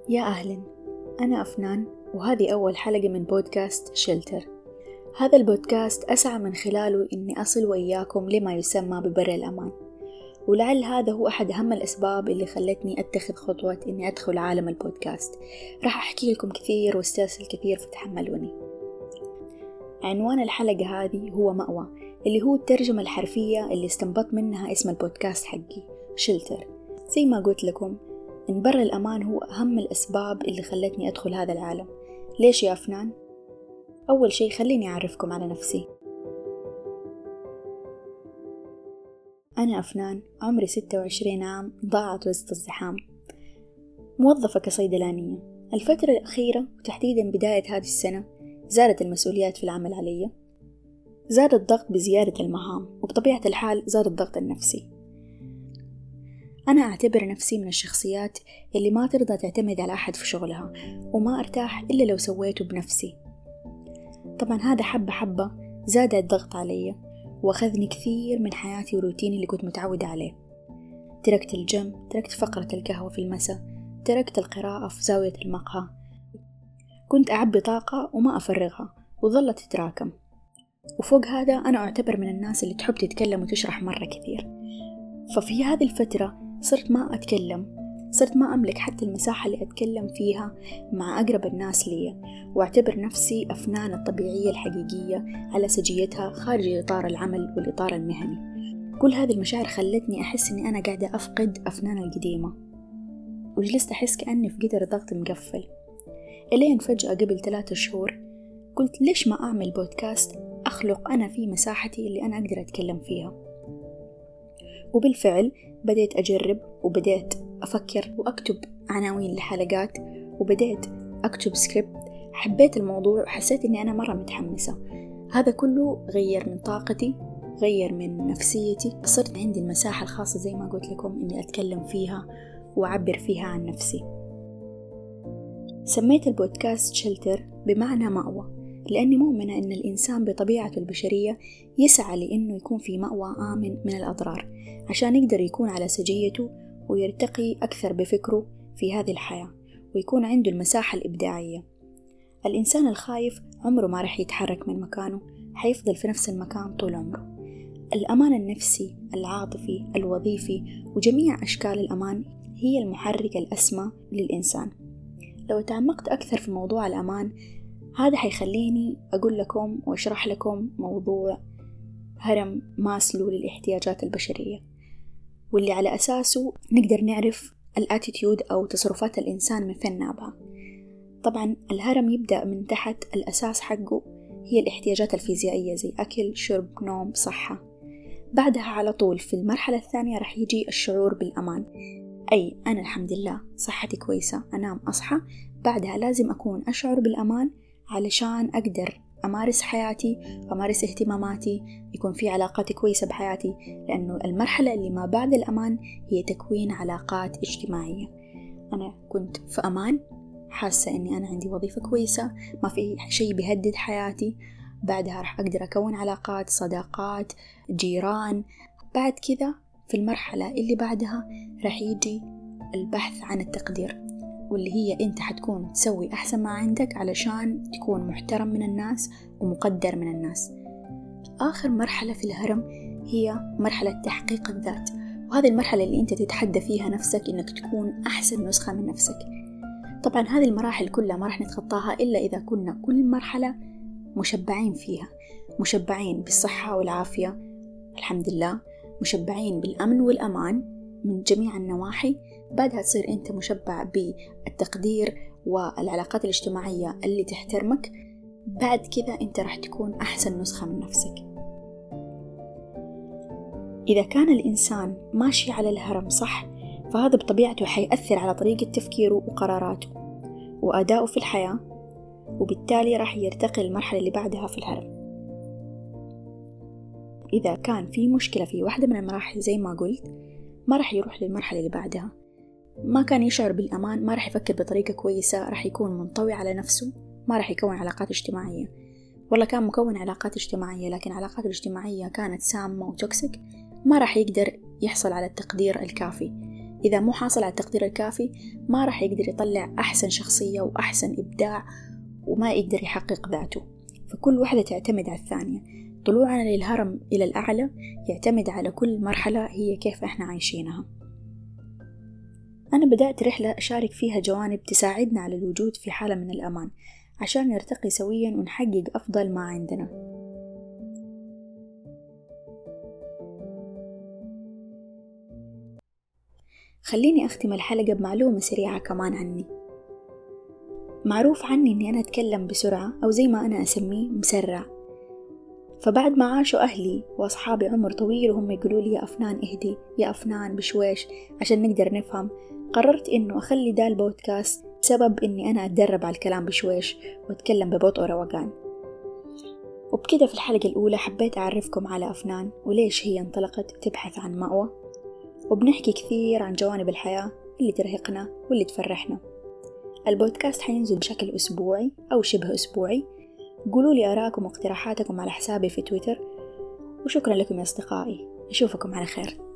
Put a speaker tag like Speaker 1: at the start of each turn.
Speaker 1: يا أهلا، أنا أفنان وهذه أول حلقة من بودكاست شيلتر. هذا البودكاست أسعى من خلاله إني أصل وإياكم لما يسمى ببر الأمان، ولعل هذا هو أحد أهم الأسباب اللي خلتني أتخذ خطوة إني أدخل عالم البودكاست. راح أحكي لكم كثير واسترسل كثير فتحملوني. عنوان الحلقة هذه هو مأوى، اللي هو الترجمة الحرفية اللي استنبط منها اسم البودكاست حقي شيلتر. زي ما قلت لكم إن بر الأمان هو أهم الأسباب اللي خلتني أدخل هذا العالم. ليش يا أفنان؟ أول شيء خليني أعرفكم على نفسي. أنا أفنان، عمري 26 عام، ضاعت وسط الزحام، موظفة كصيدلانية. الفترة الأخيرة وتحديدا بداية هذه السنة زادت المسؤوليات في العمل علي، زاد الضغط بزيادة المهام، وبطبيعة الحال زاد الضغط النفسي. أنا أعتبر نفسي من الشخصيات اللي ما ترضى تعتمد على أحد في شغلها، وما أرتاح إلا لو سويته بنفسي. طبعا هذا حبة حبة زاد الضغط علي وأخذني كثير من حياتي وروتيني اللي كنت متعودة عليه. تركت الجيم، تركت فقرة القهوة في المساء، تركت القراءة في زاوية المقهى. كنت أعبي طاقة وما أفرغها وظلت تتراكم. وفوق هذا أنا أعتبر من الناس اللي تحب تتكلم وتشرح مرة كثير، ففي هذه الفترة صرت ما أتكلم، صرت ما أملك حتى المساحة اللي أتكلم فيها مع أقرب الناس لي، وأعتبر نفسي أفنان الطبيعية الحقيقية على سجيتها خارج إطار العمل والإطار المهني. كل هذه المشاعر خلتني أحس أني أنا قاعدة أفقد أفنان القديمة، وجلست أحس كأني في قدر ضغط مقفل. إلين فجأة قبل 3 شهور قلت ليش ما أعمل بودكاست أخلق أنا فيه مساحتي اللي أنا أقدر أتكلم فيها. وبالفعل بديت أجرب، وبديت أفكر وأكتب عناوين لحلقات، وبديت أكتب سكريبت. حبيت الموضوع وحسيت أني أنا مرة متحمسة. هذا كله غير من طاقتي، غير من نفسيتي. صرت عندي المساحة الخاصة زي ما قلت لكم أني أتكلم فيها وأعبر فيها عن نفسي. سميت البودكاست شيلتر بمعنى مأوى، لأني مؤمنة أن الإنسان بطبيعته البشرية يسعى لأنه يكون في مأوى آمن من الأضرار، عشان يقدر يكون على سجيته ويرتقي أكثر بفكره في هذه الحياة، ويكون عنده المساحة الإبداعية. الإنسان الخايف عمره ما رح يتحرك من مكانه، حيفضل في نفس المكان طول عمره. الأمان النفسي، العاطفي، الوظيفي، وجميع أشكال الأمان هي المحرك الأسمى للإنسان. لو تعمقت أكثر في موضوع الأمان، هذا حيخليني أقول لكم وأشرح لكم موضوع هرم ماسلو للاحتياجات البشرية، واللي على أساسه نقدر نعرف الاتيتيود أو تصرفات الإنسان من فين نابعة. طبعا الهرم يبدأ من تحت، الأساس حقه هي الاحتياجات الفيزيائية زي أكل، شرب، نوم، صحة. بعدها على طول في المرحلة الثانية رح يجي الشعور بالأمان، أي أنا الحمد لله صحتي كويسة، أنام أصحى. بعدها لازم أكون أشعر بالأمان علشان أقدر أمارس حياتي وأمارس اهتماماتي، يكون في علاقات كويسة بحياتي، لأنه المرحلة اللي ما بعد الأمان هي تكوين علاقات اجتماعية. أنا كنت في أمان، حاسة أني أنا عندي وظيفة كويسة، ما في شيء بيهدد حياتي. بعدها رح أقدر أكون علاقات، صداقات، جيران. بعد كذا في المرحلة اللي بعدها رح يجي البحث عن التقدير، واللي هي أنت حتكون تسوي أحسن ما عندك علشان تكون محترم من الناس ومقدر من الناس. آخر مرحلة في الهرم هي مرحلة تحقيق الذات، وهذه المرحلة اللي أنت تتحدى فيها نفسك إنك تكون أحسن نسخة من نفسك. طبعا هذه المراحل كلها ما رح نتخطاها إلا إذا كنا كل مرحلة مشبعين فيها، مشبعين بالصحة والعافية الحمد لله، مشبعين بالأمن والأمان من جميع النواحي. بعدها تصير أنت مشبع بالتقدير والعلاقات الاجتماعية اللي تحترمك. بعد كذا أنت رح تكون أحسن نسخة من نفسك. إذا كان الإنسان ماشي على الهرم صح، فهذا بطبيعته حيأثر على طريقة تفكيره وقراراته وأداؤه في الحياة، وبالتالي رح يرتقي المرحلة اللي بعدها في الهرم. إذا كان في مشكلة في واحدة من المراحل زي ما قلت، ما رح يروح للمرحلة اللي بعدها. ما كان يشعر بالأمان، ما رح يفكر بطريقة كويسة، رح يكون منطوي على نفسه، ما رح يكون علاقات اجتماعية. والله كان مكون علاقات اجتماعية، لكن علاقات الاجتماعية كانت سامة وتوكسيك، ما رح يقدر يحصل على التقدير الكافي. إذا مو حاصل على التقدير الكافي ما راح يقدر يطلع أحسن شخصية وأحسن إبداع، وما يقدر يحقق ذاته. فكل واحدة تعتمد على الثانية. طلوعنا للهرم إلى الأعلى يعتمد على كل مرحلة هي كيف إحنا عايشينها. أنا بدأت رحلة أشارك فيها جوانب تساعدنا على الوجود في حالة من الأمان عشان نرتقي سويا ونحقق أفضل ما عندنا. خليني أختم الحلقة بمعلومة سريعة كمان عني. معروف عني أني أنا أتكلم بسرعة، أو زي ما أنا أسميه مسرع. فبعد ما عاشوا أهلي وأصحابي عمر طويل وهم يقولوا لي يا أفنان اهدي، يا أفنان بشويش عشان نقدر نفهم، قررت إنه أخلي ده البودكاست بسبب إني أنا أتدرب على الكلام بشويش وأتكلم ببطء وروقان. وبكده في الحلقة الأولى حبيت أعرفكم على أفنان وليش هي انطلقت تبحث عن مأوى، وبنحكي كثير عن جوانب الحياة اللي ترهقنا واللي تفرحنا. البودكاست حينزل بشكل أسبوعي أو شبه أسبوعي. قولوا لي آراءكم واقتراحاتكم على حسابي في تويتر، وشكرا لكم يا أصدقائي. أشوفكم على خير.